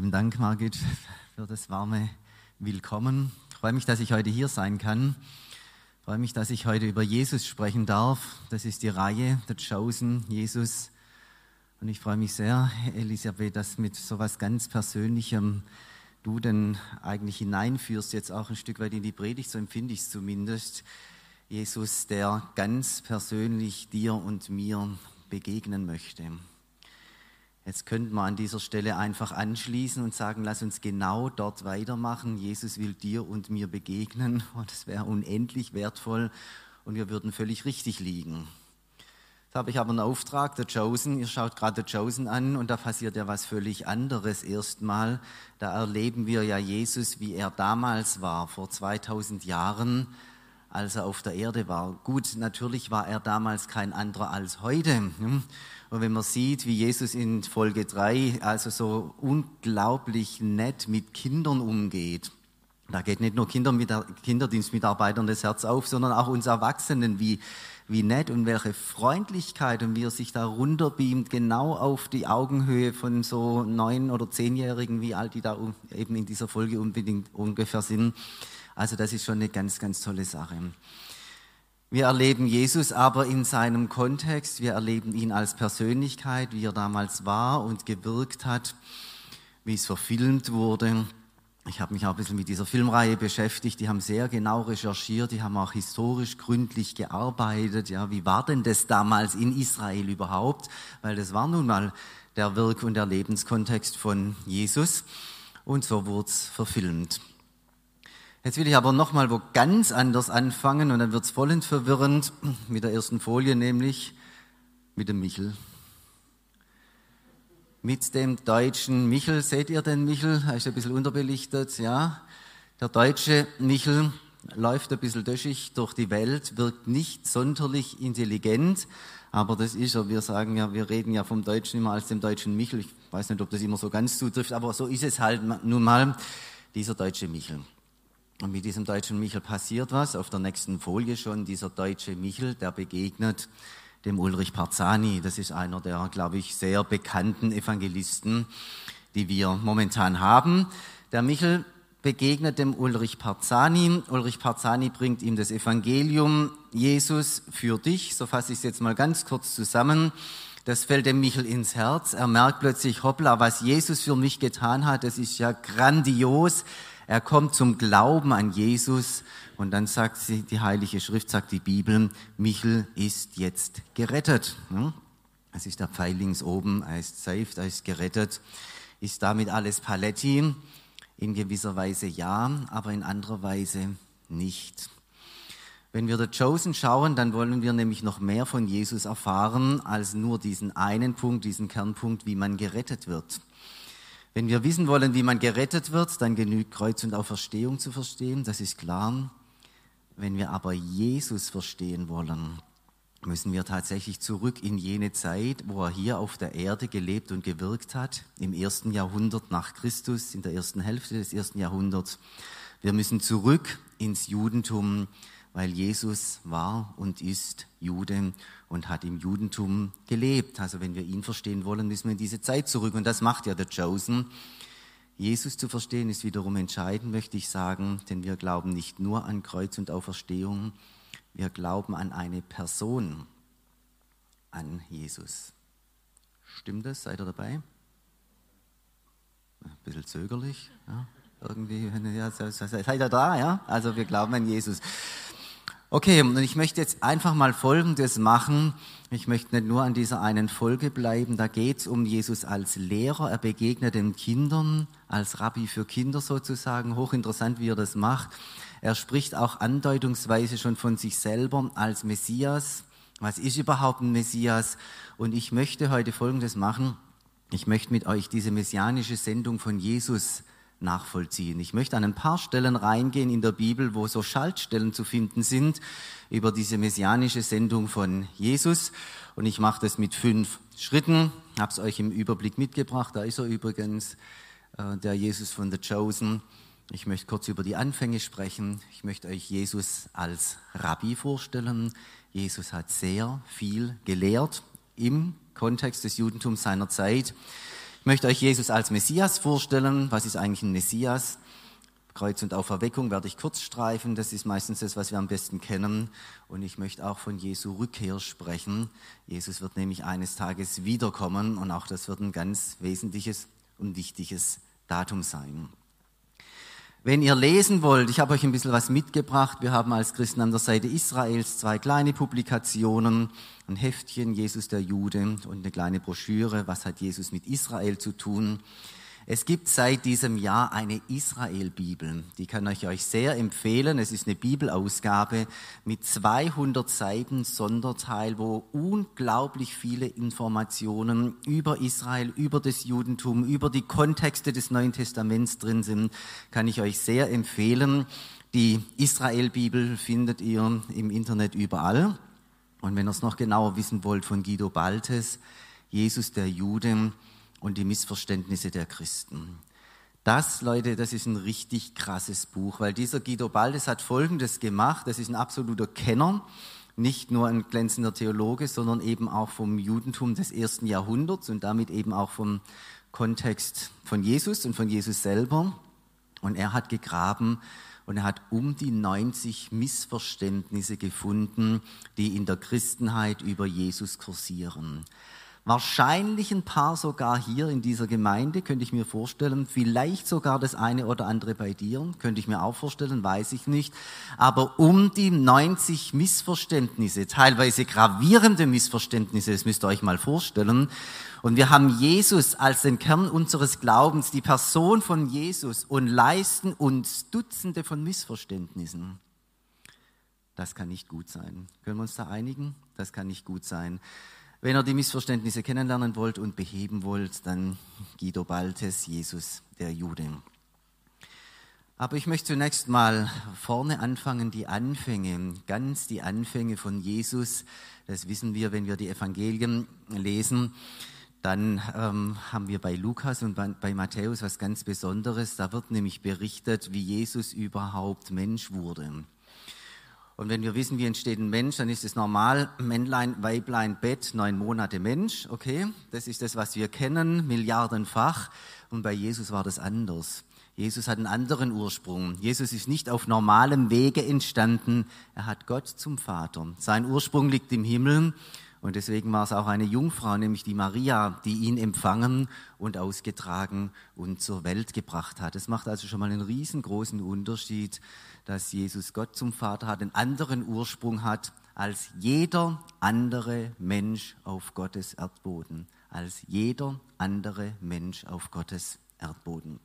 Lieben Dank, Margit, für das warme Willkommen. Ich freue mich, dass ich heute hier sein kann. Ich freue mich, dass ich heute über Jesus sprechen darf. Das ist die Reihe, The Chosen, Jesus. Und ich freue mich sehr, Elisabeth, dass mit so etwas ganz Persönlichem du denn eigentlich hineinführst, jetzt auch ein Stück weit in die Predigt, so empfinde ich es zumindest. Jesus, der ganz persönlich dir und mir begegnen möchte. Jetzt könnten wir an dieser Stelle einfach anschließen und sagen, lass uns genau dort weitermachen. Jesus will dir und mir begegnen und das wäre unendlich wertvoll und wir würden völlig richtig liegen. Jetzt habe ich aber einen Auftrag, The Chosen. Ihr schaut gerade The Chosen an und da passiert ja was völlig anderes erstmal. Da erleben wir ja Jesus, wie er damals war, vor 2000 Jahren, als er auf der Erde war. Gut, natürlich war er damals kein anderer als heute. Und wenn man sieht, wie Jesus in Folge 3 also so unglaublich nett mit Kindern umgeht, da geht nicht nur Kinderdienstmitarbeitern das Herz auf, sondern auch uns Erwachsenen, wie nett und welche Freundlichkeit und wie er sich da runterbeamt, genau auf die Augenhöhe von so 9- oder 10-Jährigen, wie alt die da eben in dieser Folge unbedingt ungefähr sind. Also das ist schon eine ganz, ganz tolle Sache. Wir erleben Jesus aber in seinem Kontext, wir erleben ihn als Persönlichkeit, wie er damals war und gewirkt hat, wie es verfilmt wurde. Ich habe mich auch ein bisschen mit dieser Filmreihe beschäftigt, die haben sehr genau recherchiert, die haben auch historisch gründlich gearbeitet. Ja, wie war denn das damals in Israel überhaupt? Weil das war nun mal der Wirk- und der Lebenskontext von Jesus und so wurde es verfilmt. Jetzt will ich aber nochmal wo ganz anders anfangen und dann wird es vollends verwirrend mit der ersten Folie, nämlich mit dem Michel. Mit dem deutschen Michel. Seht ihr den Michel? Er ist ein bisschen unterbelichtet, ja. Der deutsche Michel läuft ein bisschen döschig durch die Welt, wirkt nicht sonderlich intelligent, aber das ist er. Wir sagen ja, wir reden ja vom Deutschen immer als dem deutschen Michel. Ich weiß nicht, ob das immer so ganz zutrifft, aber so ist es halt nun mal, dieser deutsche Michel. Und mit diesem deutschen Michel passiert was, auf der nächsten Folie schon, dieser deutsche Michel, der begegnet dem Ulrich Parzani. Das ist einer der, glaube ich, sehr bekannten Evangelisten, die wir momentan haben. Der Michel begegnet dem Ulrich Parzani. Ulrich Parzani bringt ihm das Evangelium, Jesus für dich, so fasse ich es jetzt mal ganz kurz zusammen. Das fällt dem Michel ins Herz. Er merkt plötzlich, hoppla, was Jesus für mich getan hat, das ist ja grandios. Er kommt zum Glauben an Jesus und dann sagt sie, die Heilige Schrift, sagt die Bibel, Michel ist jetzt gerettet. Es ist der Pfeil links oben, er ist saved, er ist gerettet. Ist damit alles Paletti? In gewisser Weise ja, aber in anderer Weise nicht. Wenn wir The Chosen schauen, dann wollen wir nämlich noch mehr von Jesus erfahren, als nur diesen einen Punkt, diesen Kernpunkt, wie man gerettet wird. Wenn wir wissen wollen, wie man gerettet wird, dann genügt Kreuz und Auferstehung zu verstehen, das ist klar. Wenn wir aber Jesus verstehen wollen, müssen wir tatsächlich zurück in jene Zeit, wo er hier auf der Erde gelebt und gewirkt hat, im 1. Jahrhundert nach Christus, in der ersten Hälfte des 1. Jahrhunderts. Wir müssen zurück ins Judentum, weil Jesus war und ist Jude und hat im Judentum gelebt. Also wenn wir ihn verstehen wollen, müssen wir in diese Zeit zurück. Und das macht ja The Chosen. Jesus zu verstehen ist wiederum entscheidend, möchte ich sagen, denn wir glauben nicht nur an Kreuz und Auferstehung, wir glauben an eine Person, an Jesus. Stimmt das? Seid ihr dabei? Ein bisschen zögerlich, ja? Irgendwie, ja, seid ihr da, ja? Also wir glauben an Jesus. Okay, und ich möchte jetzt einfach mal Folgendes machen. Ich möchte nicht nur an dieser einen Folge bleiben. Da geht es um Jesus als Lehrer. Er begegnet den Kindern, als Rabbi für Kinder sozusagen. Hochinteressant, wie er das macht. Er spricht auch andeutungsweise schon von sich selber als Messias. Was ist überhaupt ein Messias? Und ich möchte heute Folgendes machen. Ich möchte mit euch diese messianische Sendung von Jesus nachvollziehen. Ich möchte an ein paar Stellen reingehen in der Bibel, wo so Schaltstellen zu finden sind über diese messianische Sendung von Jesus. Und ich mache das mit 5 Schritten. Ich habe es euch im Überblick mitgebracht. Da ist er übrigens, der Jesus von The Chosen. Ich möchte kurz über die Anfänge sprechen. Ich möchte euch Jesus als Rabbi vorstellen. Jesus hat sehr viel gelehrt im Kontext des Judentums seiner Zeit. Ich möchte euch Jesus als Messias vorstellen. Was ist eigentlich ein Messias? Kreuz und Auferweckung werde ich kurz streifen. Das ist meistens das, was wir am besten kennen. Und ich möchte auch von Jesu Rückkehr sprechen. Jesus wird nämlich eines Tages wiederkommen und auch das wird ein ganz wesentliches und wichtiges Datum sein. Wenn ihr lesen wollt, ich habe euch ein bisschen was mitgebracht. Wir haben als Christen an der Seite Israels 2 kleine Publikationen, ein Heftchen, Jesus der Jude, und eine kleine Broschüre, was hat Jesus mit Israel zu tun. Es gibt seit diesem Jahr eine Israel-Bibel, die kann ich euch sehr empfehlen. Es ist eine Bibelausgabe mit 200 Seiten Sonderteil, wo unglaublich viele Informationen über Israel, über das Judentum, über die Kontexte des Neuen Testaments drin sind, kann ich euch sehr empfehlen. Die Israel-Bibel findet ihr im Internet überall. Und wenn ihr es noch genauer wissen wollt, von Guido Baltes, Jesus der Jude und die Missverständnisse der Christen. Das, Leute, das ist ein richtig krasses Buch, weil dieser Guido Baltes hat Folgendes gemacht. Das ist ein absoluter Kenner, nicht nur ein glänzender Theologe, sondern eben auch vom Judentum des 1. Jahrhunderts und damit eben auch vom Kontext von Jesus und von Jesus selber. Und er hat gegraben und er hat um die 90 Missverständnisse gefunden, die in der Christenheit über Jesus kursieren. Wahrscheinlich ein paar sogar hier in dieser Gemeinde, könnte ich mir vorstellen. Vielleicht sogar das eine oder andere bei dir, könnte ich mir auch vorstellen, weiß ich nicht. Aber um die 90 Missverständnisse, teilweise gravierende Missverständnisse, das müsst ihr euch mal vorstellen. Und wir haben Jesus als den Kern unseres Glaubens, die Person von Jesus, und leisten uns Dutzende von Missverständnissen. Das kann nicht gut sein. Können wir uns da einigen? Das kann nicht gut sein. Wenn ihr die Missverständnisse kennenlernen wollt und beheben wollt, dann Guido Baltes, Jesus der Jude. Aber ich möchte zunächst mal vorne anfangen, die Anfänge, ganz die Anfänge von Jesus. Das wissen wir, wenn wir die Evangelien lesen. Dann haben wir bei Lukas und bei Matthäus was ganz Besonderes. Da wird nämlich berichtet, wie Jesus überhaupt Mensch wurde. Und wenn wir wissen, wie entsteht ein Mensch, dann ist es normal, Männlein, Weiblein, Bett, 9 Monate Mensch, okay? Das ist das, was wir kennen, milliardenfach. Und bei Jesus war das anders. Jesus hat einen anderen Ursprung. Jesus ist nicht auf normalem Wege entstanden. Er hat Gott zum Vater. Sein Ursprung liegt im Himmel. Und deswegen war es auch eine Jungfrau, nämlich die Maria, die ihn empfangen und ausgetragen und zur Welt gebracht hat. Das macht also schon mal einen riesengroßen Unterschied, dass Jesus Gott zum Vater hat, einen anderen Ursprung hat als jeder andere Mensch auf Gottes Erdboden. Als jeder andere Mensch auf Gottes Erdboden.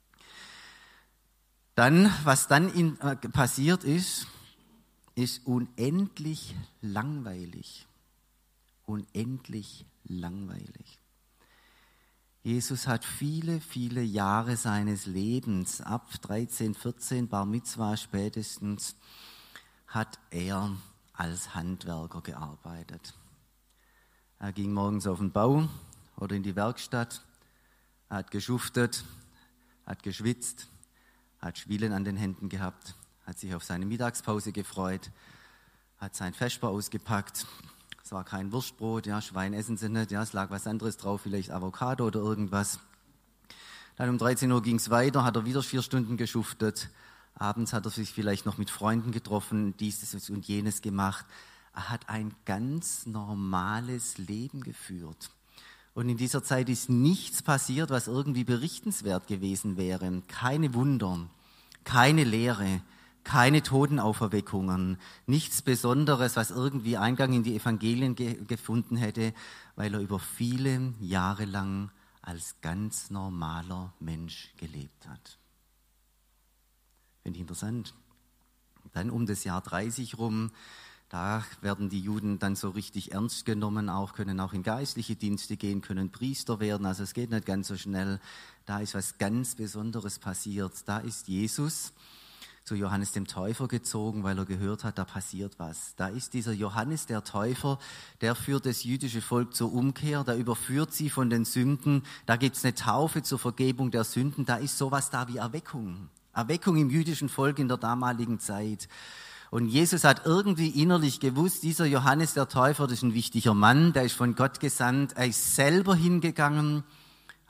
Dann, was dann passiert ist unendlich langweilig. Unendlich langweilig. Jesus hat viele, viele Jahre seines Lebens, ab 13, 14, Bar Mitzvah spätestens, hat er als Handwerker gearbeitet. Er ging morgens auf den Bau oder in die Werkstatt, er hat geschuftet, hat geschwitzt, hat Schwielen an den Händen gehabt, hat sich auf seine Mittagspause gefreut, hat sein Vesper ausgepackt. Es war kein Wurstbrot, ja, Schwein essen sie nicht, ja, es lag was anderes drauf, vielleicht Avocado oder irgendwas. Dann um 13 Uhr ging es weiter, hat er wieder 4 Stunden geschuftet. Abends hat er sich vielleicht noch mit Freunden getroffen, dieses und jenes gemacht. Er hat ein ganz normales Leben geführt. Und in dieser Zeit ist nichts passiert, was irgendwie berichtenswert gewesen wäre. Keine Wunder, keine Lehre, keine Totenauferweckungen, nichts Besonderes, was irgendwie Eingang in die Evangelien gefunden hätte, weil er über viele Jahre lang als ganz normaler Mensch gelebt hat. Finde ich interessant. Dann um das Jahr 30 rum, da werden die Juden dann so richtig ernst genommen, können auch in geistliche Dienste gehen, können Priester werden, also es geht nicht ganz so schnell. Da ist was ganz Besonderes passiert. Da ist Jesus zu Johannes dem Täufer gezogen, weil er gehört hat, da passiert was. Da ist dieser Johannes der Täufer, der führt das jüdische Volk zur Umkehr, der überführt sie von den Sünden, da gibt es eine Taufe zur Vergebung der Sünden, da ist sowas da wie Erweckung. Erweckung im jüdischen Volk in der damaligen Zeit. Und Jesus hat irgendwie innerlich gewusst, dieser Johannes der Täufer, das ist ein wichtiger Mann, der ist von Gott gesandt, er ist selber hingegangen,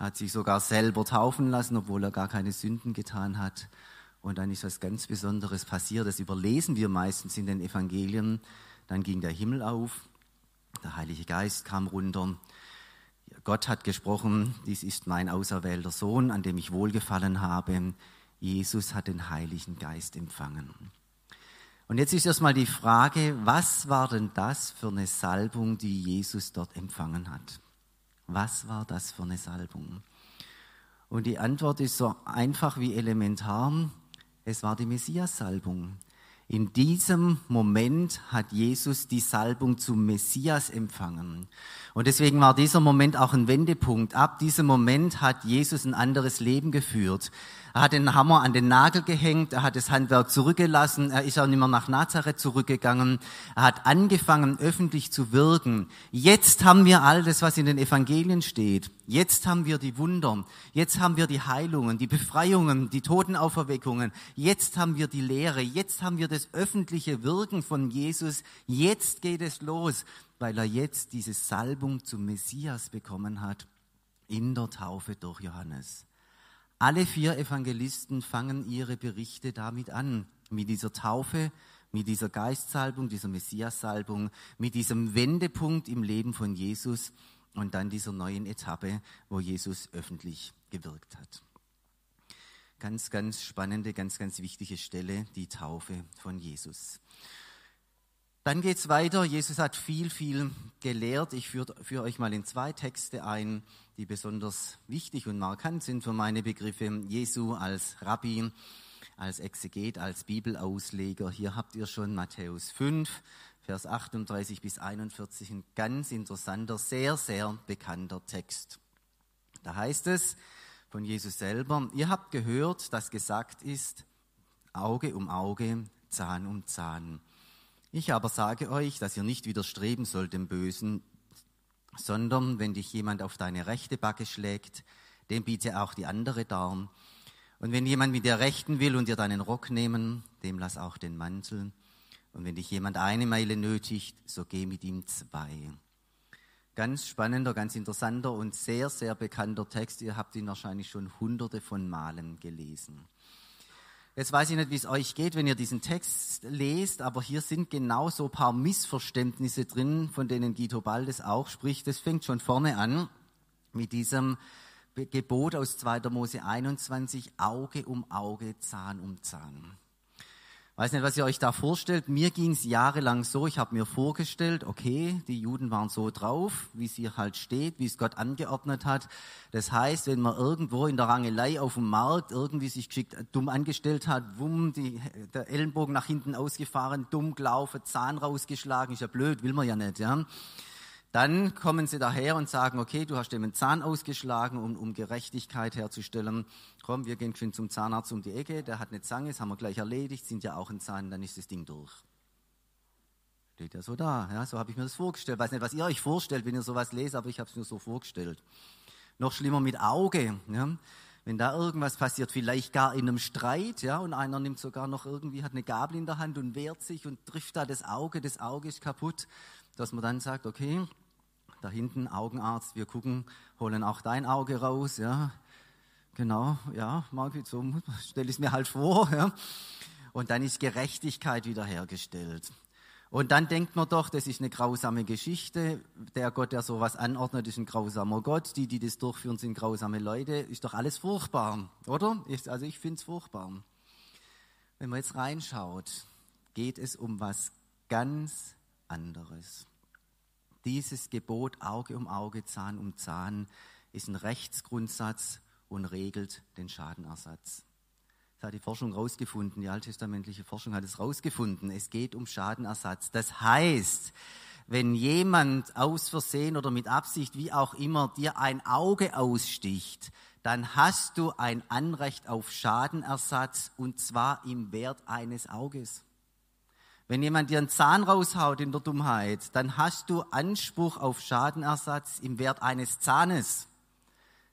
hat sich sogar selber taufen lassen, obwohl er gar keine Sünden getan hat. Und dann ist was ganz Besonderes passiert, das überlesen wir meistens in den Evangelien. Dann ging der Himmel auf, der Heilige Geist kam runter. Gott hat gesprochen, dies ist mein auserwählter Sohn, an dem ich wohlgefallen habe. Jesus hat den Heiligen Geist empfangen. Und jetzt ist erstmal die Frage, was war denn das für eine Salbung, die Jesus dort empfangen hat? Was war das für eine Salbung? Und die Antwort ist so einfach wie elementar. Es war die Messias-Salbung. In diesem Moment hat Jesus die Salbung zum Messias empfangen. Und deswegen war dieser Moment auch ein Wendepunkt. Ab diesem Moment hat Jesus ein anderes Leben geführt. Er hat den Hammer an den Nagel gehängt, er hat das Handwerk zurückgelassen, er ist auch nicht mehr nach Nazareth zurückgegangen. Er hat angefangen, öffentlich zu wirken. Jetzt haben wir all das, was in den Evangelien steht. Jetzt haben wir die Wunder, jetzt haben wir die Heilungen, die Befreiungen, die Totenauferweckungen. Jetzt haben wir die Lehre, jetzt haben wir das öffentliche Wirken von Jesus. Jetzt geht es los, weil er jetzt diese Salbung zum Messias bekommen hat in der Taufe durch Johannes. Alle 4 Evangelisten fangen ihre Berichte damit an, mit dieser Taufe, mit dieser Geistsalbung, dieser Messias-Salbung, mit diesem Wendepunkt im Leben von Jesus und dann dieser neuen Etappe, wo Jesus öffentlich gewirkt hat. Ganz, ganz spannende, ganz, ganz wichtige Stelle, die Taufe von Jesus. Dann geht's weiter. Jesus hat viel, viel gelehrt. Ich führe euch mal in 2 Texte ein, die besonders wichtig und markant sind für meine Begriffe. Jesu als Rabbi, als Exeget, als Bibelausleger. Hier habt ihr schon Matthäus 5, Vers 38 bis 41, ein ganz interessanter, sehr, sehr bekannter Text. Da heißt es von Jesus selber: Ihr habt gehört, dass gesagt ist, Auge um Auge, Zahn um Zahn. Ich aber sage euch, dass ihr nicht widerstreben sollt dem Bösen, sondern wenn dich jemand auf deine rechte Backe schlägt, dem biete auch die andere dar. Und wenn jemand mit der rechten will und dir deinen Rock nehmen, dem lass auch den Mantel. Und wenn dich jemand 1 Meile nötigt, so geh mit ihm 2. Ganz spannender, ganz interessanter und sehr, sehr bekannter Text. Ihr habt ihn wahrscheinlich schon hunderte von Malen gelesen. Jetzt weiß ich nicht, wie es euch geht, wenn ihr diesen Text lest, aber hier sind genau so ein paar Missverständnisse drin, von denen Guido Baldes auch spricht. Das fängt schon vorne an mit diesem Gebot aus 2. Mose 21, Auge um Auge, Zahn um Zahn. Weiß nicht, was ihr euch da vorstellt. Mir ging es jahrelang so, ich habe mir vorgestellt, okay, die Juden waren so drauf, wie es hier halt steht, wie es Gott angeordnet hat. Das heißt, wenn man irgendwo in der Rangelei auf dem Markt irgendwie sich geschickt dumm angestellt hat, der Ellenbogen nach hinten ausgefahren, dumm gelaufen, Zahn rausgeschlagen, ist ja blöd, will man ja nicht, ja. Dann kommen sie daher und sagen, okay, du hast dem einen Zahn ausgeschlagen, um Gerechtigkeit herzustellen. Komm, wir gehen schön zum Zahnarzt um die Ecke, der hat eine Zange, das haben wir gleich erledigt, sind ja auch ein Zahn, dann ist das Ding durch. Steht ja so da, ja, so habe ich mir das vorgestellt. Weiß nicht, was ihr euch vorstellt, wenn ihr sowas lest, aber ich habe es mir so vorgestellt. Noch schlimmer mit Auge, ja. Wenn da irgendwas passiert, vielleicht gar in einem Streit, ja, und einer nimmt sogar noch irgendwie, hat eine Gabel in der Hand und wehrt sich und trifft da das Auge ist kaputt, dass man dann sagt, okay, da hinten Augenarzt, wir gucken, holen auch dein Auge raus, ja, genau, ja, Margit, so stelle ich es mir halt vor, ja, und dann ist Gerechtigkeit wiederhergestellt. Und dann denkt man doch, das ist eine grausame Geschichte, der Gott, der sowas anordnet, ist ein grausamer Gott, die das durchführen, sind grausame Leute, ist doch alles furchtbar, oder? Also ich finde es furchtbar. Wenn man jetzt reinschaut, geht es um was ganz anderes. Dieses Gebot Auge um Auge, Zahn um Zahn ist ein Rechtsgrundsatz und regelt den Schadenersatz. Das hat die Forschung rausgefunden, die alttestamentliche Forschung hat es rausgefunden. Es geht um Schadenersatz. Das heißt, wenn jemand aus Versehen oder mit Absicht, wie auch immer, dir ein Auge aussticht, dann hast du ein Anrecht auf Schadenersatz und zwar im Wert eines Auges. Wenn jemand dir einen Zahn raushaut in der Dummheit, dann hast du Anspruch auf Schadenersatz im Wert eines Zahnes.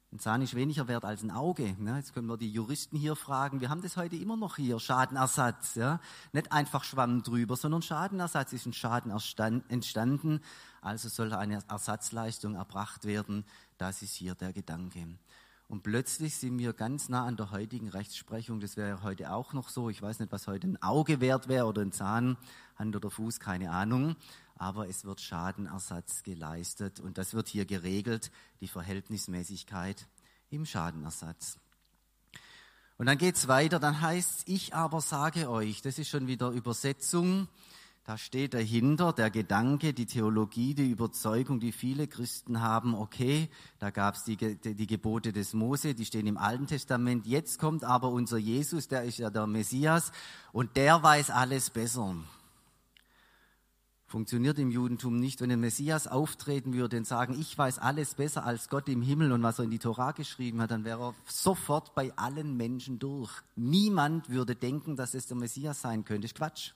Ein Zahn ist weniger wert als ein Auge. Ne? Jetzt können wir die Juristen hier fragen. Wir haben das heute immer noch hier, Schadenersatz. Ja? Nicht einfach Schwamm drüber, sondern Schadenersatz. Ist ein Schaden entstanden, also soll eine Ersatzleistung erbracht werden. Das ist hier der Gedanke. Und plötzlich sind wir ganz nah an der heutigen Rechtsprechung. Das wäre heute auch noch so. Ich weiß nicht, was heute ein Auge wert wäre oder ein Zahn, Hand oder Fuß, keine Ahnung. Aber es wird Schadenersatz geleistet und das wird hier geregelt, die Verhältnismäßigkeit im Schadenersatz. Und dann geht es weiter, dann heißt es, ich aber sage euch, das ist schon wieder Übersetzung, da steht dahinter der Gedanke, die Theologie, die Überzeugung, die viele Christen haben, okay, da gab es die Gebote des Mose, die stehen im Alten Testament, jetzt kommt aber unser Jesus, der ist ja der Messias und der weiß alles besser. Funktioniert im Judentum nicht, wenn ein Messias auftreten würde und sagen, ich weiß alles besser als Gott im Himmel und was er in die Tora geschrieben hat, dann wäre er sofort bei allen Menschen durch. Niemand würde denken, dass es der Messias sein könnte. Das ist Quatsch.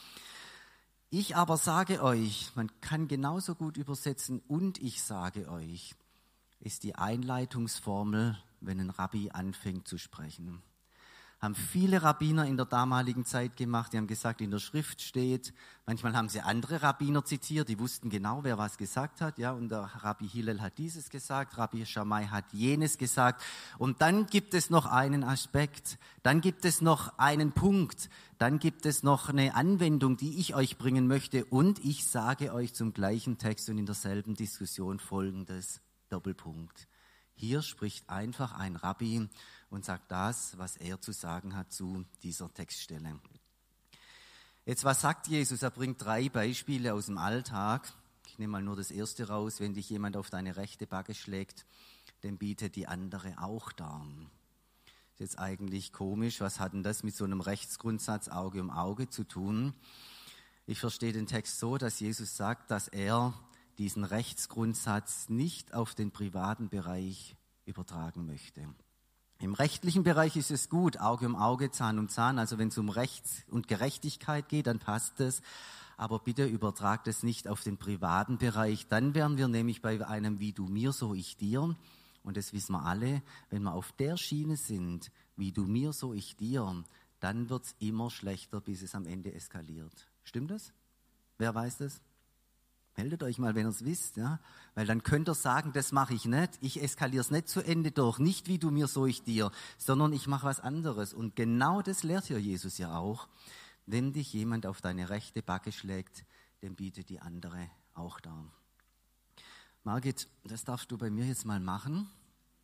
Ich aber sage euch, man kann genauso gut übersetzen, und ich sage euch, ist die Einleitungsformel, wenn ein Rabbi anfängt zu sprechen. Haben viele Rabbiner in der damaligen Zeit gemacht, die haben gesagt, in der Schrift steht, manchmal haben sie andere Rabbiner zitiert, die wussten genau, wer was gesagt hat, ja, und der Rabbi Hillel hat dieses gesagt, Rabbi Shammai hat jenes gesagt, und dann gibt es noch einen Aspekt, dann gibt es noch einen Punkt, dann gibt es noch eine Anwendung, die ich euch bringen möchte, und ich sage euch zum gleichen Text und in derselben Diskussion folgendes, Doppelpunkt. Hier spricht einfach ein Rabbi und sagt das, was er zu sagen hat zu dieser Textstelle. Jetzt, was sagt Jesus? Er bringt 3 Beispiele aus dem Alltag. Ich nehme mal nur das erste raus. Wenn dich jemand auf deine rechte Backe schlägt, dann bietet die andere auch dar. Ist jetzt eigentlich komisch. Was hat denn das mit so einem Rechtsgrundsatz Auge um Auge zu tun? Ich verstehe den Text so, dass Jesus sagt, dass er diesen Rechtsgrundsatz nicht auf den privaten Bereich übertragen möchte. Im rechtlichen Bereich ist es gut, Auge um Auge, Zahn um Zahn, also wenn es um Rechts und Gerechtigkeit geht, dann passt es, aber bitte übertragt es nicht auf den privaten Bereich, dann wären wir nämlich bei einem wie du mir, so ich dir, und das wissen wir alle, wenn wir auf der Schiene sind, wie du mir, so ich dir, dann wird es immer schlechter, bis es am Ende eskaliert. Stimmt das? Wer weiß das? Meldet euch mal, wenn ihr es wisst, ja? Weil dann könnt ihr sagen, das mache ich nicht, ich eskaliere es nicht zu Ende durch, nicht wie du mir, so ich dir, sondern ich mache was anderes. Und genau das lehrt ja Jesus ja auch. Wenn dich jemand auf deine rechte Backe schlägt, dann bietet die andere auch dar. Margit, das darfst du bei mir jetzt mal machen.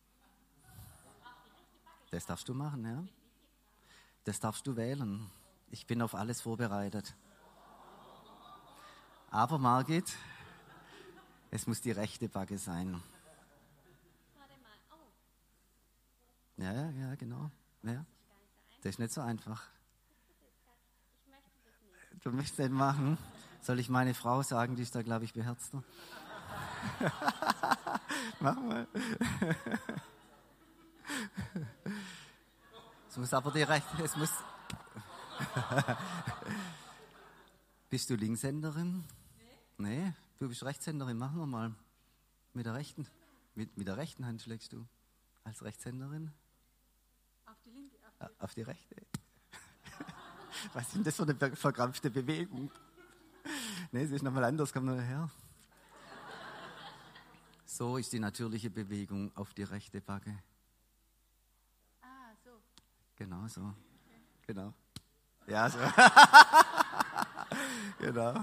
Das darfst du machen, ja? Das darfst du wählen. Ich bin auf alles vorbereitet. Aber Margit, es muss die rechte Backe sein. Ja, genau. Ja. Das ist nicht so einfach. Du möchtest nicht machen. Soll ich meine Frau sagen, die ist da, glaube ich, beherzter? Mach mal. Es muss aber die rechte, es muss... Bist du Linkshänderin? Nee, du bist Rechtshänderin. Machen wir mal. Mit der rechten. Mit der rechten Hand schlägst du. Als Rechtshänderin? Auf die linke. Auf die rechte. Was ist denn das für eine verkrampfte Bewegung? Nee, es ist nochmal anders. Komm mal her. So ist die natürliche Bewegung auf die rechte Backe. Ah, so. Genau so. Genau. Ja, so. Genau.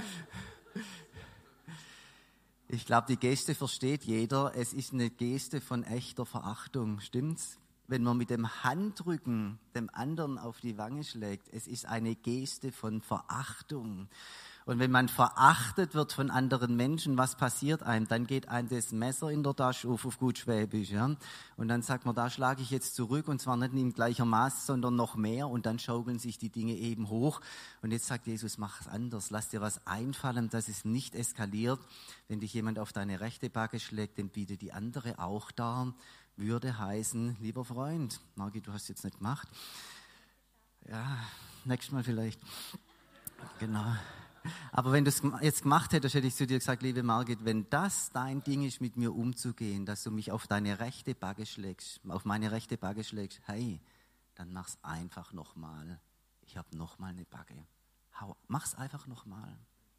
Ich glaube, die Geste versteht jeder. Es ist eine Geste von echter Verachtung. Stimmt's? Wenn man mit dem Handrücken dem anderen auf die Wange schlägt, es ist eine Geste von Verachtung. Und wenn man verachtet wird von anderen Menschen, was passiert einem? Dann geht einem das Messer in der Tasche auf gut Schwäbisch. Ja? Und dann sagt man, da schlage ich jetzt zurück, und zwar nicht in gleicher Maß, sondern noch mehr. Und dann schaukeln sich die Dinge eben hoch. Und jetzt sagt Jesus, mach es anders. Lass dir was einfallen, dass es nicht eskaliert. Wenn dich jemand auf deine rechte Backe schlägt, dann bietet die andere auch dar. Würde heißen, lieber Freund, Margit, du hast es jetzt nicht gemacht. Ja, nächstes Mal vielleicht. Genau. Aber wenn du es jetzt gemacht hättest, hätte ich zu dir gesagt, liebe Margit, wenn das dein Ding ist, mit mir umzugehen, dass du mich auf deine rechte Backe schlägst, auf meine rechte Backe schlägst, hey, dann mach's einfach nochmal. Ich habe nochmal eine Backe. Mach's einfach nochmal.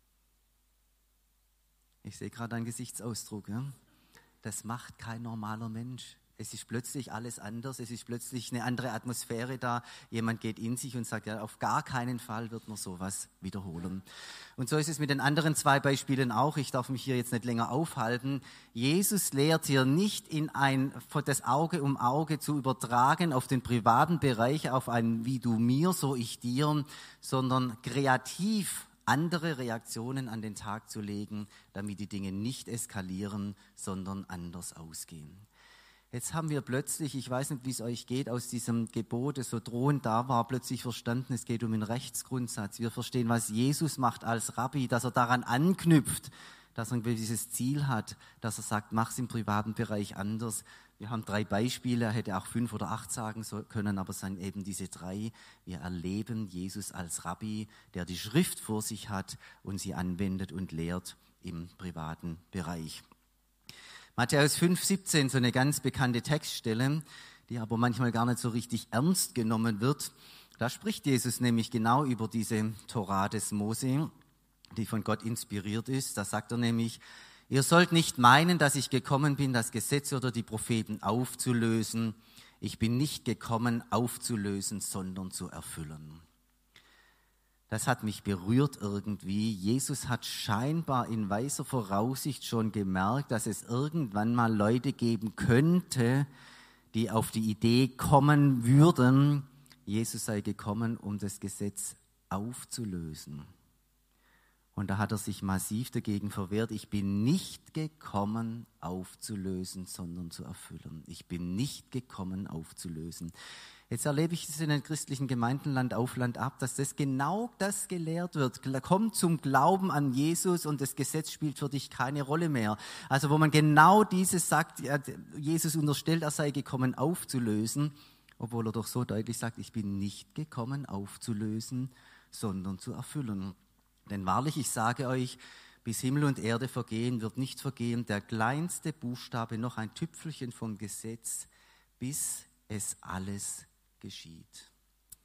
Ich sehe gerade deinen Gesichtsausdruck. Ja? Das macht kein normaler Mensch. Es ist plötzlich alles anders, es ist plötzlich eine andere Atmosphäre da. Jemand geht in sich und sagt, ja, auf gar keinen Fall wird man sowas wiederholen. Und so ist es mit den anderen 2 Beispielen auch. Ich darf mich hier jetzt nicht länger aufhalten. Jesus lehrt hier nicht von das Auge um Auge zu übertragen auf den privaten Bereich, auf ein wie du mir, so ich dir, sondern kreativ andere Reaktionen an den Tag zu legen, damit die Dinge nicht eskalieren, sondern anders ausgehen. Jetzt haben wir plötzlich, ich weiß nicht, wie es euch geht, aus diesem Gebot, das so drohend da war, plötzlich verstanden, es geht um einen Rechtsgrundsatz. Wir verstehen, was Jesus macht als Rabbi, dass er daran anknüpft, dass er ein gewisses Ziel hat, dass er sagt, mach's im privaten Bereich anders. Wir haben 3 Beispiele, er hätte auch 5 oder 8 sagen können, aber es sind eben diese 3. Wir erleben Jesus als Rabbi, der die Schrift vor sich hat und sie anwendet und lehrt im privaten Bereich. Matthäus 5,17, so eine ganz bekannte Textstelle, die aber manchmal gar nicht so richtig ernst genommen wird. Da spricht Jesus nämlich genau über diese Tora des Mose, die von Gott inspiriert ist. Da sagt er nämlich, ihr sollt nicht meinen, dass ich gekommen bin, das Gesetz oder die Propheten aufzulösen. Ich bin nicht gekommen, aufzulösen, sondern zu erfüllen. Das hat mich berührt irgendwie. Jesus hat scheinbar in weiser Voraussicht schon gemerkt, dass es irgendwann mal Leute geben könnte, die auf die Idee kommen würden, Jesus sei gekommen, um das Gesetz aufzulösen. Und da hat er sich massiv dagegen verwehrt. Ich bin nicht gekommen, aufzulösen, sondern zu erfüllen. Ich bin nicht gekommen, aufzulösen. Jetzt erlebe ich es in den christlichen Gemeinden Land auf Land ab, dass genau das gelehrt wird. Komm zum Glauben an Jesus und das Gesetz spielt für dich keine Rolle mehr. Also wo man genau dieses sagt, Jesus unterstellt, er sei gekommen aufzulösen, obwohl er doch so deutlich sagt, ich bin nicht gekommen aufzulösen, sondern zu erfüllen. Denn wahrlich, ich sage euch, bis Himmel und Erde vergehen, wird nicht vergehen der kleinste Buchstabe, noch ein Tüpfelchen vom Gesetz, bis es alles geschieht.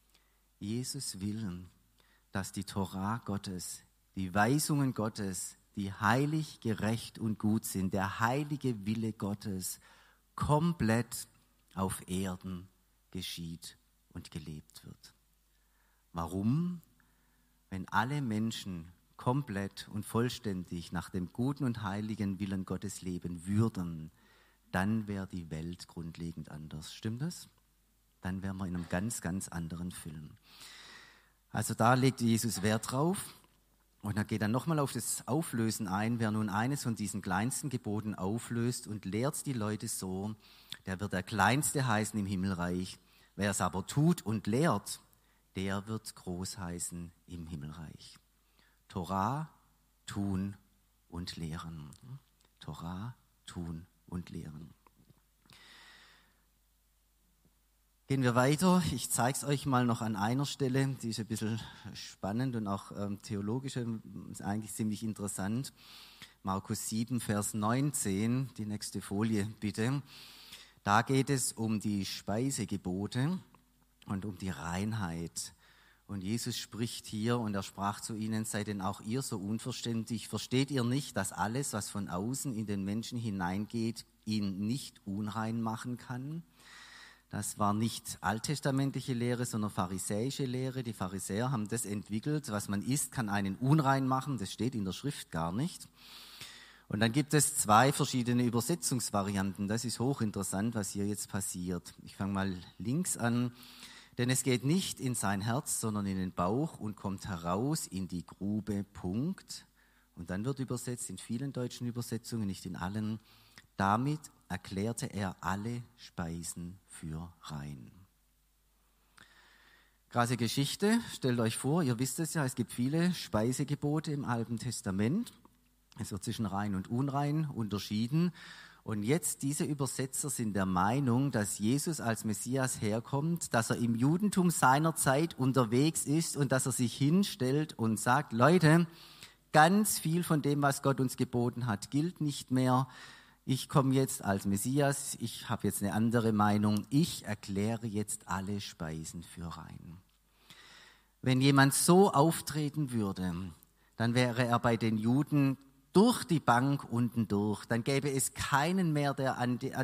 Jesus will, dass die Tora Gottes, die Weisungen Gottes, die heilig, gerecht und gut sind, der heilige Wille Gottes komplett auf Erden geschieht und gelebt wird. Warum? Wenn alle Menschen komplett und vollständig nach dem guten und heiligen Willen Gottes leben würden, dann wäre die Welt grundlegend anders. Stimmt das? Dann wären wir in einem ganz, ganz anderen Film. Also da legt Jesus Wert drauf und er geht dann nochmal auf das Auflösen ein. Wer nun eines von diesen kleinsten Geboten auflöst und lehrt die Leute so, der wird der Kleinste heißen im Himmelreich. Wer es aber tut und lehrt, der wird groß heißen im Himmelreich. Torah, tun und lehren. Torah, tun und lehren. Gehen wir weiter. Ich zeige es euch mal noch an einer Stelle, die ist ein bisschen spannend und auch theologisch ist eigentlich ziemlich interessant. Markus 7, Vers 19, die nächste Folie bitte. Da geht es um die Speisegebote und um die Reinheit. Und Jesus spricht hier und er sprach zu ihnen, seid denn auch ihr so unverständlich? Versteht ihr nicht, dass alles, was von außen in den Menschen hineingeht, ihn nicht unrein machen kann? Das war nicht alttestamentliche Lehre, sondern pharisäische Lehre. Die Pharisäer haben das entwickelt, was man isst, kann einen unrein machen. Das steht in der Schrift gar nicht. Und dann gibt es 2 verschiedene Übersetzungsvarianten. Das ist hochinteressant, was hier jetzt passiert. Ich fange mal links an. Denn es geht nicht in sein Herz, sondern in den Bauch und kommt heraus in die Grube, Punkt. Und dann wird übersetzt in vielen deutschen Übersetzungen, nicht in allen. Damit erklärte er alle Speisen für rein. Krasse Geschichte, stellt euch vor, ihr wisst es ja, es gibt viele Speisegebote im Alten Testament. Es wird zwischen rein und unrein unterschieden. Und jetzt, diese Übersetzer sind der Meinung, dass Jesus als Messias herkommt, dass er im Judentum seiner Zeit unterwegs ist und dass er sich hinstellt und sagt, Leute, ganz viel von dem, was Gott uns geboten hat, gilt nicht mehr. Ich komme jetzt als Messias, ich habe jetzt eine andere Meinung, ich erkläre jetzt alle Speisen für rein. Wenn jemand so auftreten würde, dann wäre er bei den Juden durch die Bank unten durch. Dann gäbe es keinen mehr, der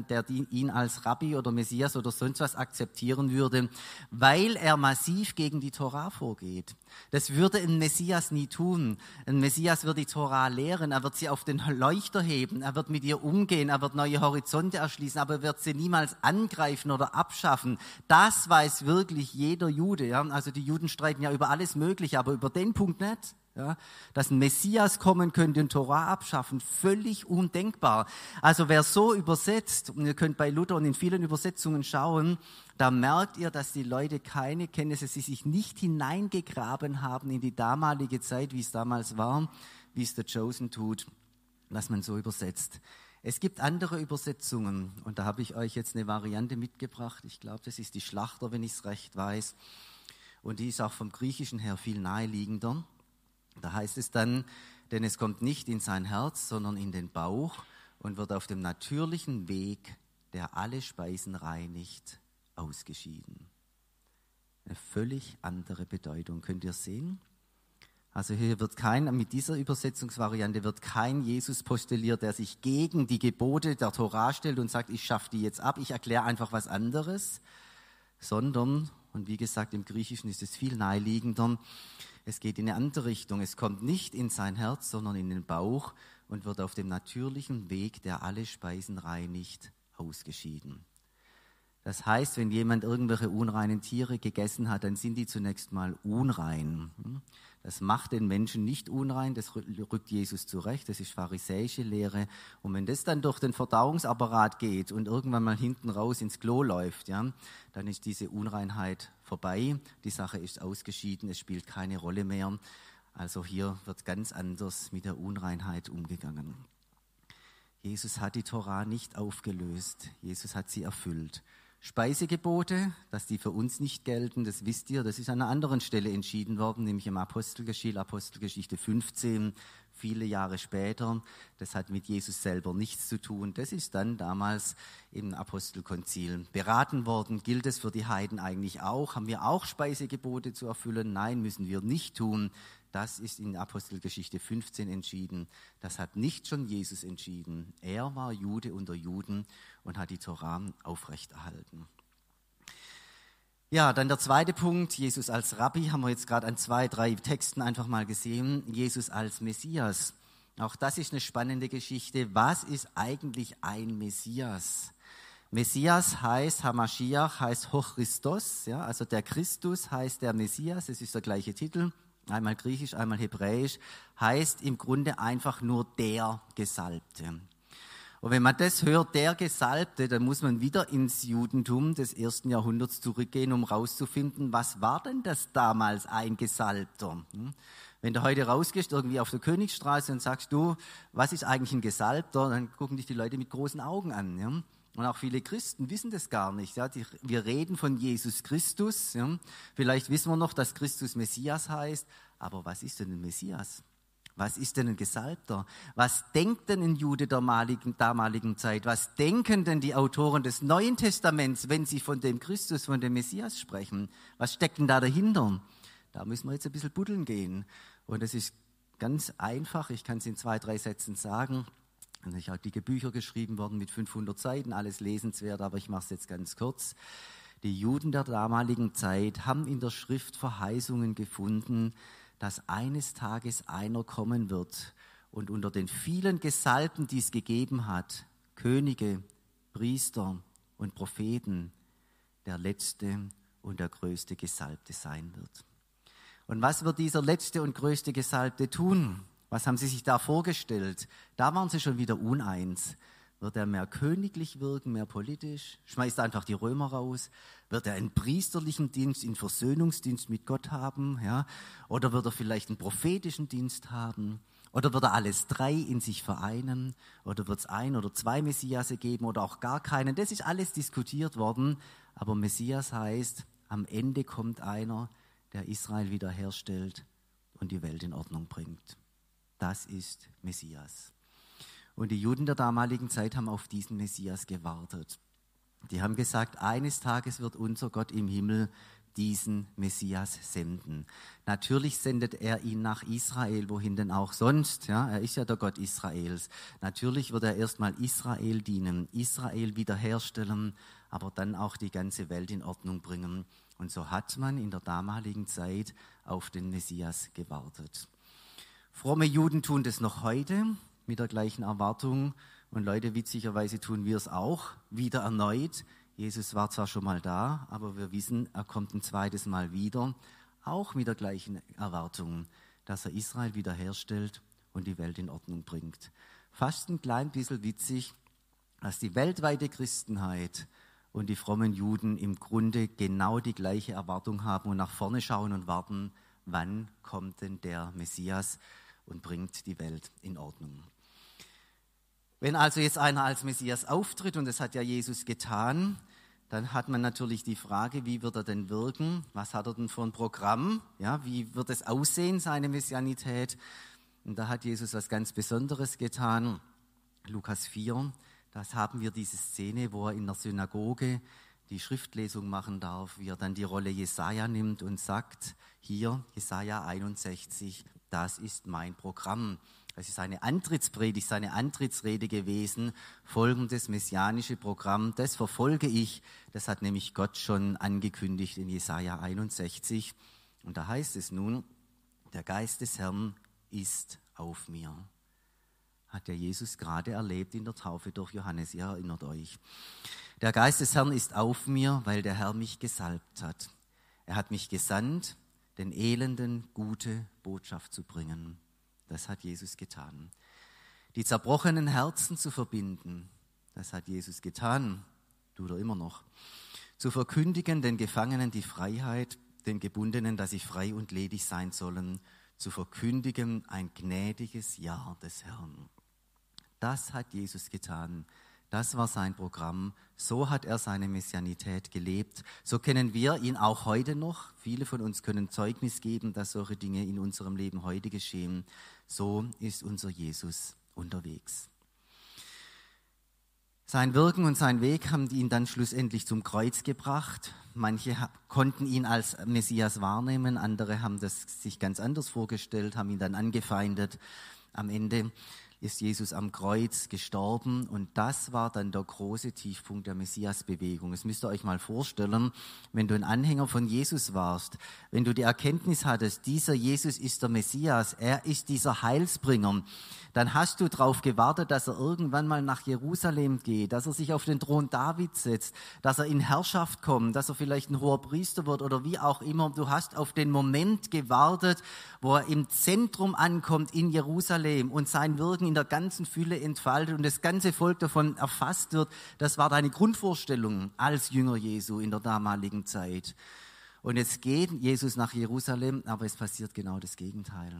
ihn als Rabbi oder Messias oder sonst was akzeptieren würde, weil er massiv gegen die Tora vorgeht. Das würde ein Messias nie tun. Ein Messias wird die Tora lehren, er wird sie auf den Leuchter heben, er wird mit ihr umgehen, er wird neue Horizonte erschließen, aber er wird sie niemals angreifen oder abschaffen. Das weiß wirklich jeder Jude. Ja? Also die Juden streiten ja über alles Mögliche, aber über den Punkt nicht. Ja, dass ein Messias kommen könnte und Tora abschaffen, völlig undenkbar. Also wer so übersetzt, und ihr könnt bei Luther und in vielen Übersetzungen schauen, da merkt ihr, dass die Leute keine Kenntnisse, sie sich nicht hineingegraben haben in die damalige Zeit, wie es damals war, wie es der Chosen tut, dass man so übersetzt. Es gibt andere Übersetzungen und da habe ich euch jetzt eine Variante mitgebracht. Ich glaube, das ist die Schlachter, wenn ich es recht weiß. Und die ist auch vom Griechischen her viel naheliegender. Da heißt es dann, denn es kommt nicht in sein Herz, sondern in den Bauch und wird auf dem natürlichen Weg, der alle Speisen reinigt, ausgeschieden. Eine völlig andere Bedeutung. Könnt ihr sehen? Also hier wird mit dieser Übersetzungsvariante wird kein Jesus postuliert, der sich gegen die Gebote der Tora stellt und sagt, ich schaffe die jetzt ab, ich erkläre einfach was anderes, sondern, und wie gesagt, im Griechischen ist es viel naheliegender, es geht in eine andere Richtung. Es kommt nicht in sein Herz, sondern in den Bauch und wird auf dem natürlichen Weg, der alle Speisen reinigt, ausgeschieden. Das heißt, wenn jemand irgendwelche unreinen Tiere gegessen hat, dann sind die zunächst mal unrein. Das macht den Menschen nicht unrein, das rückt Jesus zurecht, das ist pharisäische Lehre. Und wenn das dann durch den Verdauungsapparat geht und irgendwann mal hinten raus ins Klo läuft, ja, dann ist diese Unreinheit vorbei, die Sache ist ausgeschieden, es spielt keine Rolle mehr. Also hier wird ganz anders mit der Unreinheit umgegangen. Jesus hat die Tora nicht aufgelöst, Jesus hat sie erfüllt. Speisegebote, dass die für uns nicht gelten, das wisst ihr, das ist an einer anderen Stelle entschieden worden, nämlich im Apostelgeschichte 15, viele Jahre später. Das hat mit Jesus selber nichts zu tun. Das ist dann damals im Apostelkonzil beraten worden. Gilt es für die Heiden eigentlich auch? Haben wir auch Speisegebote zu erfüllen? Nein, müssen wir nicht tun. Das ist in Apostelgeschichte 15 entschieden. Das hat nicht schon Jesus entschieden. Er war Jude unter Juden und hat die Tora aufrechterhalten. Ja, dann der zweite Punkt, Jesus als Rabbi, haben wir jetzt gerade an 2, 3 Texten einfach mal gesehen. Jesus als Messias. Auch das ist eine spannende Geschichte. Was ist eigentlich ein Messias? Messias heißt, Hamashiach heißt Hochristos, ja, also der Christus heißt der Messias, das ist der gleiche Titel. Einmal griechisch, einmal hebräisch, heißt im Grunde einfach nur der Gesalbte. Und wenn man das hört, der Gesalbte, dann muss man wieder ins Judentum des 1. Jahrhunderts zurückgehen, um rauszufinden, was war denn das damals ein Gesalbter? Wenn du heute rausgehst, irgendwie auf der Königsstraße und sagst, du, was ist eigentlich ein Gesalbter? Dann gucken dich die Leute mit großen Augen an. Ja? Und auch viele Christen wissen das gar nicht. Ja? Wir reden von Jesus Christus. Ja? Vielleicht wissen wir noch, dass Christus Messias heißt. Aber was ist denn ein Messias? Was ist denn ein Gesalbter? Was denkt denn ein Jude der damaligen Zeit? Was denken denn die Autoren des Neuen Testaments, wenn sie von dem Christus, von dem Messias sprechen? Was steckt denn da dahinter? Da müssen wir jetzt ein bisschen buddeln gehen. Und es ist ganz einfach. Ich kann es in 2, 3 Sätzen sagen. Es sind auch dicke Bücher geschrieben worden mit 500 Seiten, alles lesenswert, aber ich mache es jetzt ganz kurz. Die Juden der damaligen Zeit haben in der Schrift Verheißungen gefunden, dass eines Tages einer kommen wird und unter den vielen Gesalbten, die es gegeben hat, Könige, Priester und Propheten, der letzte und der größte Gesalbte sein wird. Und was wird dieser letzte und größte Gesalbte tun? Was haben sie sich da vorgestellt? Da waren sie schon wieder uneins. Wird er mehr königlich wirken, mehr politisch? Schmeißt einfach die Römer raus? Wird er einen priesterlichen Dienst, einen Versöhnungsdienst mit Gott haben? Ja? Oder wird er vielleicht einen prophetischen Dienst haben? Oder wird er alles drei in sich vereinen? Oder wird es ein oder zwei Messiase geben oder auch gar keinen? Das ist alles diskutiert worden. Aber Messias heißt, am Ende kommt einer, der Israel wiederherstellt und die Welt in Ordnung bringt. Das ist Messias. Und die Juden der damaligen Zeit haben auf diesen Messias gewartet. Die haben gesagt, eines Tages wird unser Gott im Himmel diesen Messias senden. Natürlich sendet er ihn nach Israel, wohin denn auch sonst. Ja, er ist ja der Gott Israels. Natürlich wird er erstmal Israel dienen, Israel wiederherstellen, aber dann auch die ganze Welt in Ordnung bringen. Und so hat man in der damaligen Zeit auf den Messias gewartet. Fromme Juden tun das noch heute mit der gleichen Erwartung. Und Leute, witzigerweise tun wir es auch wieder erneut. Jesus war zwar schon mal da, aber wir wissen, er kommt ein zweites Mal wieder, auch mit der gleichen Erwartung, dass er Israel wiederherstellt und die Welt in Ordnung bringt. Fast ein klein bisschen witzig, dass die weltweite Christenheit und die frommen Juden im Grunde genau die gleiche Erwartung haben und nach vorne schauen und warten, wann kommt denn der Messias und bringt die Welt in Ordnung. Wenn also jetzt einer als Messias auftritt, und das hat ja Jesus getan, dann hat man natürlich die Frage, wie wird er denn wirken? Was hat er denn für ein Programm? Ja, wie wird es aussehen, seine Messianität? Und da hat Jesus was ganz Besonderes getan. Lukas 4, da haben wir diese Szene, wo er in der Synagoge die Schriftlesung machen darf, wie er dann die Rolle Jesaja nimmt und sagt, hier, Jesaja 61, das ist mein Programm. Das ist seine Antrittspredigt, seine Antrittsrede gewesen, folgendes messianische Programm, das verfolge ich. Das hat nämlich Gott schon angekündigt in Jesaja 61. Und da heißt es nun, der Geist des Herrn ist auf mir. Hat ja Jesus gerade erlebt in der Taufe durch Johannes, ihr erinnert euch. Der Geist des Herrn ist auf mir, weil der Herr mich gesalbt hat. Er hat mich gesandt, den Elenden gute Botschaft zu bringen. Das hat Jesus getan. Die zerbrochenen Herzen zu verbinden, das hat Jesus getan, tut er immer noch. Zu verkündigen den Gefangenen die Freiheit, den Gebundenen, dass sie frei und ledig sein sollen, zu verkündigen ein gnädiges Jahr des Herrn. Das hat Jesus getan. Das war sein Programm. So hat er seine Messianität gelebt. So kennen wir ihn auch heute noch. Viele von uns können Zeugnis geben, dass solche Dinge in unserem Leben heute geschehen. So ist unser Jesus unterwegs. Sein Wirken und sein Weg haben ihn dann schlussendlich zum Kreuz gebracht. Manche konnten ihn als Messias wahrnehmen, andere haben das sich ganz anders vorgestellt, haben ihn dann angefeindet. Am Ende ist Jesus am Kreuz gestorben und das war dann der große Tiefpunkt der Messiasbewegung. Das müsst ihr euch mal vorstellen, wenn du ein Anhänger von Jesus warst, wenn du die Erkenntnis hattest, dieser Jesus ist der Messias, er ist dieser Heilsbringer, dann hast du darauf gewartet, dass er irgendwann mal nach Jerusalem geht, dass er sich auf den Thron Davids setzt, dass er in Herrschaft kommt, dass er vielleicht ein hoher Priester wird oder wie auch immer. Du hast auf den Moment gewartet, wo er im Zentrum ankommt in Jerusalem und sein Wirken in der ganzen Fülle entfaltet und das ganze Volk davon erfasst wird. Das war deine Grundvorstellung als Jünger Jesu in der damaligen Zeit. Und jetzt geht Jesus nach Jerusalem, aber es passiert genau das Gegenteil.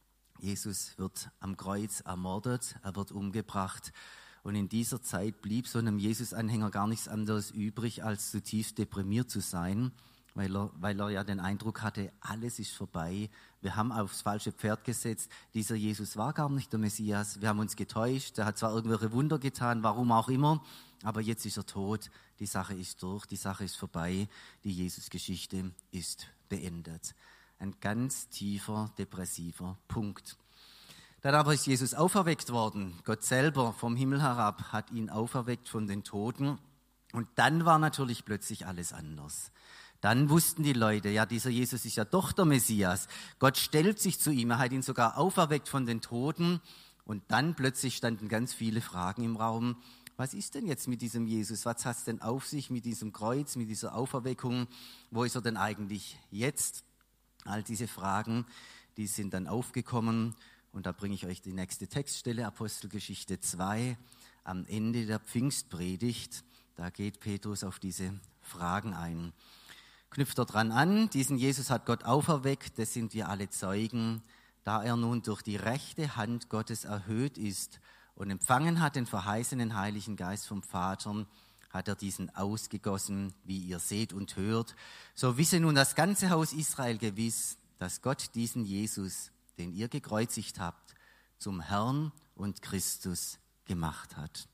Jesus wird am Kreuz ermordet, er wird umgebracht. Und in dieser Zeit blieb so einem Jesus-Anhänger gar nichts anderes übrig, als zutiefst deprimiert zu sein, weil er ja den Eindruck hatte, alles ist vorbei. Wir haben aufs falsche Pferd gesetzt. Dieser Jesus war gar nicht der Messias. Wir haben uns getäuscht. Er hat zwar irgendwelche Wunder getan, warum auch immer, aber jetzt ist er tot. Die Sache ist durch, die Sache ist vorbei. Die Jesus-Geschichte ist beendet. Ein ganz tiefer, depressiver Punkt. Dann aber ist Jesus auferweckt worden. Gott selber vom Himmel herab hat ihn auferweckt von den Toten. Und dann war natürlich plötzlich alles anders. Dann wussten die Leute, ja, dieser Jesus ist ja doch der Messias. Gott stellt sich zu ihm, er hat ihn sogar auferweckt von den Toten. Und dann plötzlich standen ganz viele Fragen im Raum. Was ist denn jetzt mit diesem Jesus? Was hat es denn auf sich mit diesem Kreuz, mit dieser Auferweckung? Wo ist er denn eigentlich jetzt? All diese Fragen, die sind dann aufgekommen. Und da bringe ich euch die nächste Textstelle, Apostelgeschichte 2, am Ende der Pfingstpredigt. Da geht Petrus auf diese Fragen ein. Knüpft er dran an, diesen Jesus hat Gott auferweckt, das sind wir alle Zeugen. da er nun durch die rechte Hand Gottes erhöht ist und empfangen hat den verheißenen Heiligen Geist vom Vater, hat er diesen ausgegossen, wie ihr seht und hört. So wisse nun das ganze Haus Israel gewiss, dass Gott diesen Jesus, den ihr gekreuzigt habt, zum Herrn und Christus gemacht hat.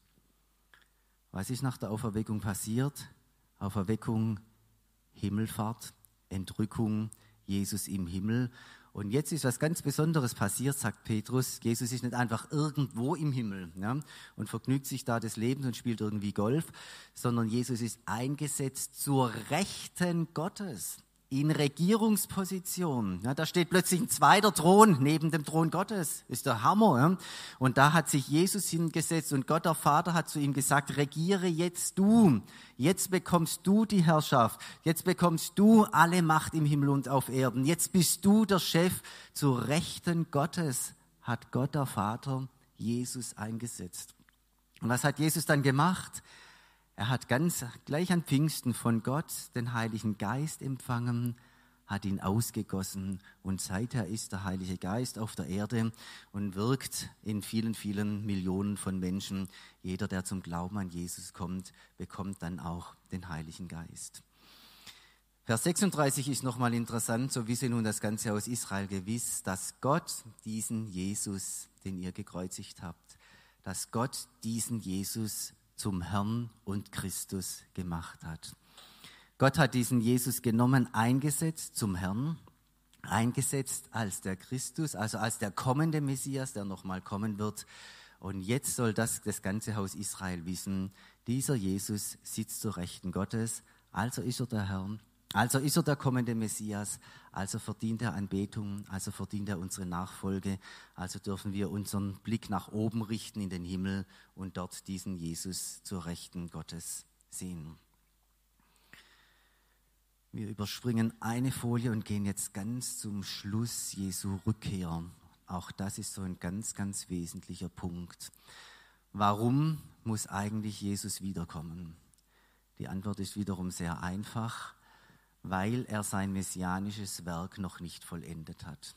Was ist nach der Auferweckung passiert? Auferweckung, Himmelfahrt, Entrückung, Jesus im Himmel. Und jetzt ist was ganz Besonderes passiert, sagt Petrus. Jesus ist nicht einfach irgendwo im Himmel, ja, und vergnügt sich da des Lebens und spielt irgendwie Golf, sondern Jesus ist eingesetzt zur Rechten Gottes, in Regierungsposition. Ja, da steht plötzlich ein zweiter Thron neben dem Thron Gottes. Ist der Hammer. Ja? Und da hat sich Jesus hingesetzt und Gott, der Vater, hat zu ihm gesagt, regiere jetzt du. Jetzt bekommst du die Herrschaft. Jetzt bekommst du alle Macht im Himmel und auf Erden. Jetzt bist du der Chef. Zur Rechten Gottes hat Gott, der Vater, Jesus eingesetzt. Und was hat Jesus dann gemacht? Er hat ganz gleich an Pfingsten von Gott den Heiligen Geist empfangen, hat ihn ausgegossen und seither ist der Heilige Geist auf der Erde und wirkt in vielen, vielen Millionen von Menschen. Jeder, der zum Glauben an Jesus kommt, bekommt dann auch den Heiligen Geist. Vers 36 ist nochmal interessant, so wisse nun das ganze Haus Israel gewiss, dass Gott diesen Jesus, den ihr gekreuzigt habt, dass Gott diesen Jesus zum Herrn und Christus gemacht hat. Gott hat diesen Jesus genommen, eingesetzt zum Herrn, eingesetzt als der Christus, also als der kommende Messias, der nochmal kommen wird. Und jetzt soll das ganze Haus Israel wissen, dieser Jesus sitzt zur Rechten Gottes, also ist er der Herr, also ist er der kommende Messias, also verdient er Anbetung, also verdient er unsere Nachfolge, also dürfen wir unseren Blick nach oben richten in den Himmel und dort diesen Jesus zur Rechten Gottes sehen. Wir überspringen eine Folie und gehen jetzt ganz zum Schluss Jesu Rückkehr. Auch das ist so ein ganz, ganz wesentlicher Punkt. Warum muss eigentlich Jesus wiederkommen? Die Antwort ist wiederum sehr einfach. Weil er sein messianisches Werk noch nicht vollendet hat.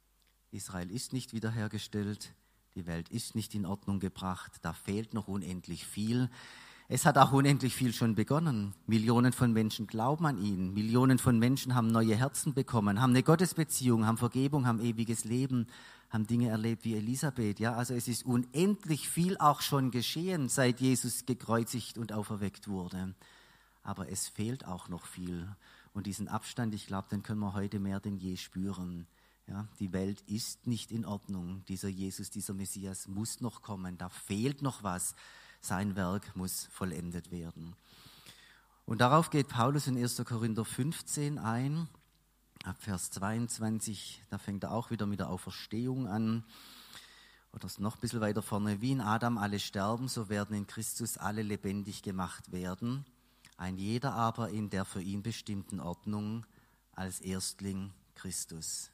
Israel ist nicht wiederhergestellt, die Welt ist nicht in Ordnung gebracht, da fehlt noch unendlich viel. Es hat auch unendlich viel schon begonnen. Millionen von Menschen glauben an ihn, Millionen von Menschen haben neue Herzen bekommen, haben eine Gottesbeziehung, haben Vergebung, haben ewiges Leben, haben Dinge erlebt wie Elisabeth. Ja, also es ist unendlich viel auch schon geschehen, seit Jesus gekreuzigt und auferweckt wurde. Aber es fehlt auch noch viel. Und diesen Abstand, ich glaube, den können wir heute mehr denn je spüren. Ja, die Welt ist nicht in Ordnung. Dieser Jesus, dieser Messias muss noch kommen. Da fehlt noch was. Sein Werk muss vollendet werden. Und darauf geht Paulus in 1. Korinther 15 ein. Ab Vers 22, da fängt er auch wieder mit der Auferstehung an. Oder noch ein bisschen weiter vorne. Wie in Adam alle sterben, so werden in Christus alle lebendig gemacht werden. Ein jeder aber in der für ihn bestimmten Ordnung, als Erstling Christus.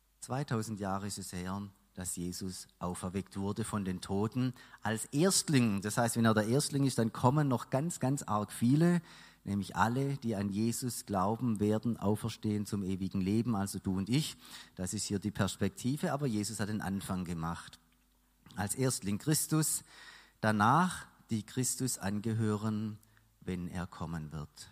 2000 Jahre ist es her, dass Jesus auferweckt wurde von den Toten als Erstling. Das heißt, wenn er der Erstling ist, dann kommen noch ganz, ganz arg viele, nämlich alle, die an Jesus glauben, werden auferstehen zum ewigen Leben, also du und ich. Das ist hier die Perspektive, aber Jesus hat den Anfang gemacht. Als Erstling Christus, danach die Christus angehören, wenn er kommen wird.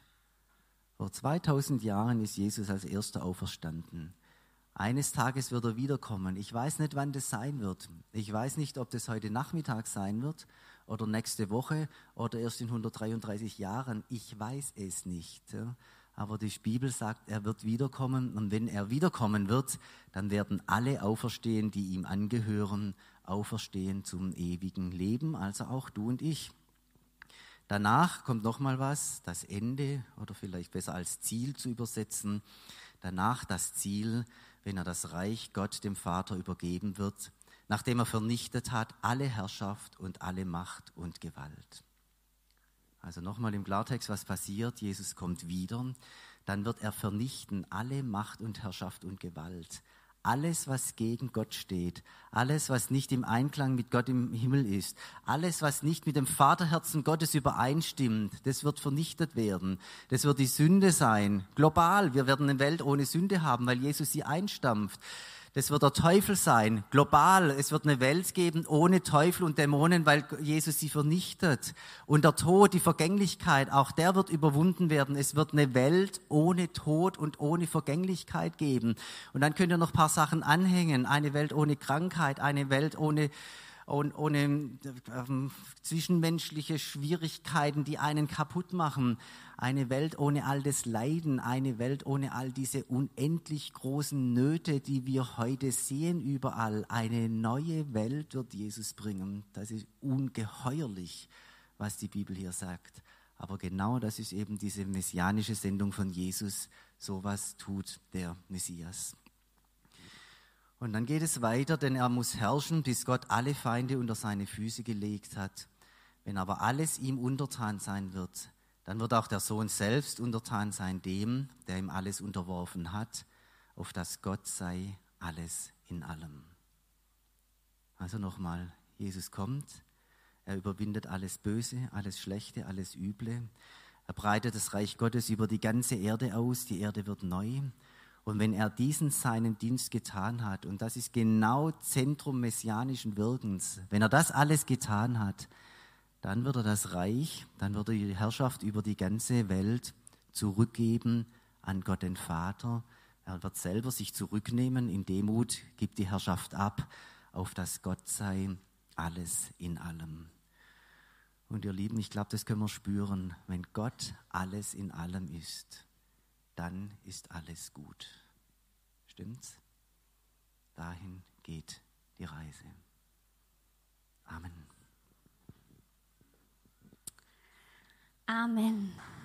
Vor 2000 Jahren ist Jesus als Erster auferstanden. Eines Tages wird er wiederkommen. Ich weiß nicht, wann das sein wird. Ich weiß nicht, ob das heute Nachmittag sein wird oder nächste Woche oder erst in 133 Jahren. Ich weiß es nicht. Aber die Bibel sagt, er wird wiederkommen. Und wenn er wiederkommen wird, dann werden alle auferstehen, die ihm angehören, auferstehen zum ewigen Leben, also auch du und ich. Danach kommt nochmal was, das Ende, oder vielleicht besser als Ziel zu übersetzen. Danach das Ziel, wenn er das Reich Gott dem Vater übergeben wird, nachdem er vernichtet hat alle Herrschaft und alle Macht und Gewalt. Also nochmal im Klartext, was passiert? Jesus kommt wieder, dann wird er vernichten alle Macht und Herrschaft und Gewalt. Alles, was gegen Gott steht, alles, was nicht im Einklang mit Gott im Himmel ist, alles, was nicht mit dem Vaterherzen Gottes übereinstimmt, das wird vernichtet werden. Das wird die Sünde sein, global. Wir werden eine Welt ohne Sünde haben, weil Jesus sie einstampft. Das wird der Teufel sein, global. Es wird eine Welt geben ohne Teufel und Dämonen, weil Jesus sie vernichtet. Und der Tod, die Vergänglichkeit, auch der wird überwunden werden. Es wird eine Welt ohne Tod und ohne Vergänglichkeit geben. Und dann könnt ihr noch ein paar Sachen anhängen. Eine Welt ohne Krankheit, eine Welt ohne zwischenmenschliche Schwierigkeiten, die einen kaputt machen. Eine Welt ohne all das Leiden, eine Welt ohne all diese unendlich großen Nöte, die wir heute sehen überall. Eine neue Welt wird Jesus bringen. Das ist ungeheuerlich, was die Bibel hier sagt. Aber genau das ist eben diese messianische Sendung von Jesus. Sowas tut der Messias. Und dann geht es weiter, denn er muss herrschen, bis Gott alle Feinde unter seine Füße gelegt hat. Wenn aber alles ihm untertan sein wird, dann wird auch der Sohn selbst untertan sein dem, der ihm alles unterworfen hat, auf dass Gott sei alles in allem. Also nochmal, Jesus kommt, er überwindet alles Böse, alles Schlechte, alles Üble. Er breitet das Reich Gottes über die ganze Erde aus, die Erde wird neu. Und wenn er diesen seinen Dienst getan hat, und das ist genau Zentrum messianischen Wirkens, wenn er das alles getan hat, dann wird er das Reich, dann wird er die Herrschaft über die ganze Welt zurückgeben an Gott den Vater. Er wird selber sich zurücknehmen, in Demut gibt die Herrschaft ab, auf das Gott sei alles in allem. Und ihr Lieben, ich glaube, das können wir spüren, wenn Gott alles in allem ist, dann ist alles gut. Stimmt's? Dahin geht die Reise. Amen. Amen.